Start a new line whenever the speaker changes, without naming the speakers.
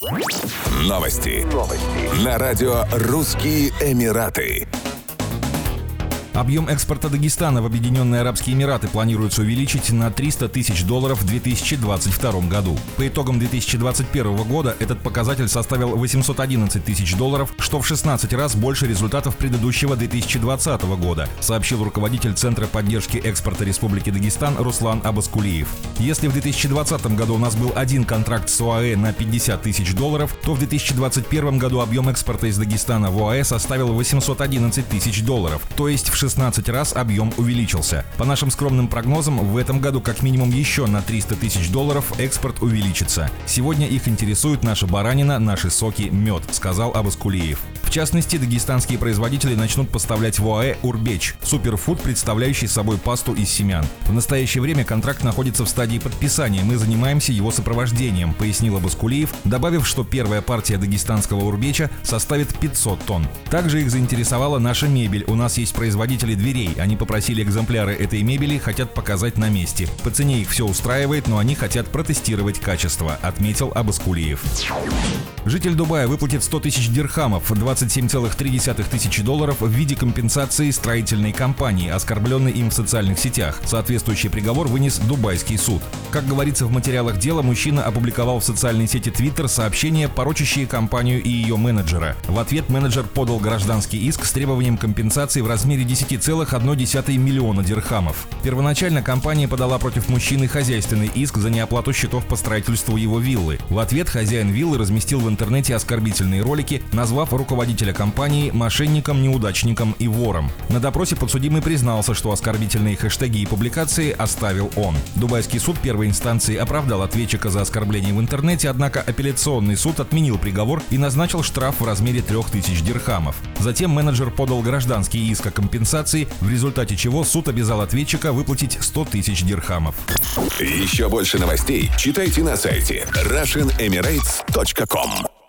Новости. На радио «Русские Эмираты».
Объем экспорта Дагестана в Объединенные Арабские Эмираты планируется увеличить на $300 тысяч в 2022 году. По итогам 2021 года этот показатель составил $811 тысяч, что в 16 раз больше результатов предыдущего 2020 года, сообщил руководитель Центра поддержки экспорта Республики Дагестан Руслан Абаскулиев. Если в 2020 году у нас был один контракт с ОАЭ на $50 тысяч, то в 2021 году объем экспорта из Дагестана в ОАЭ составил $811 тысяч, то есть в 16 раз объем увеличился. По нашим скромным прогнозам, в этом году как минимум еще на $300 тысяч экспорт увеличится. Сегодня их интересует наша баранина, наши соки, мед, сказал Абаскулиев. В частности, дагестанские производители начнут поставлять в ОАЭ урбеч – суперфуд, представляющий собой пасту из семян. В настоящее время контракт находится в стадии подписания, мы занимаемся его сопровождением, пояснил Абаскулиев, добавив, что первая партия дагестанского урбеча составит 500 тонн. Также их заинтересовала наша мебель. У нас есть производители дверей. Они попросили экземпляры этой мебели, хотят показать на месте. По цене их все устраивает, но они хотят протестировать качество, отметил Абаскулиев. Житель Дубая выплатит 100 тысяч дирхамов, $27,3 тысячи в виде компенсации строительной компании, оскорбленной им в социальных сетях. Соответствующий приговор вынес дубайский суд. Как говорится в материалах дела, мужчина опубликовал в социальной сети Twitter сообщения, порочащие компанию и ее менеджера. В ответ менеджер подал гражданский иск с требованием компенсации в размере 10,1 миллиона дирхамов. Первоначально компания подала против мужчины хозяйственный иск за неоплату счетов по строительству его виллы. В ответ хозяин виллы разместил в интернете оскорбительные ролики, назвав руководителя компании мошенником, неудачником и вором. На допросе подсудимый признался, что оскорбительные хэштеги и публикации оставил он. Дубайский суд первой инстанции оправдал ответчика за оскорбление в интернете, однако апелляционный суд отменил приговор и назначил штраф в размере 3000 дирхамов. Затем менеджер подал гражданский иск о компенсации, в результате чего суд обязал ответчика выплатить 100 тысяч дирхамов.
Еще больше новостей читайте на сайте RussianEmirates.com.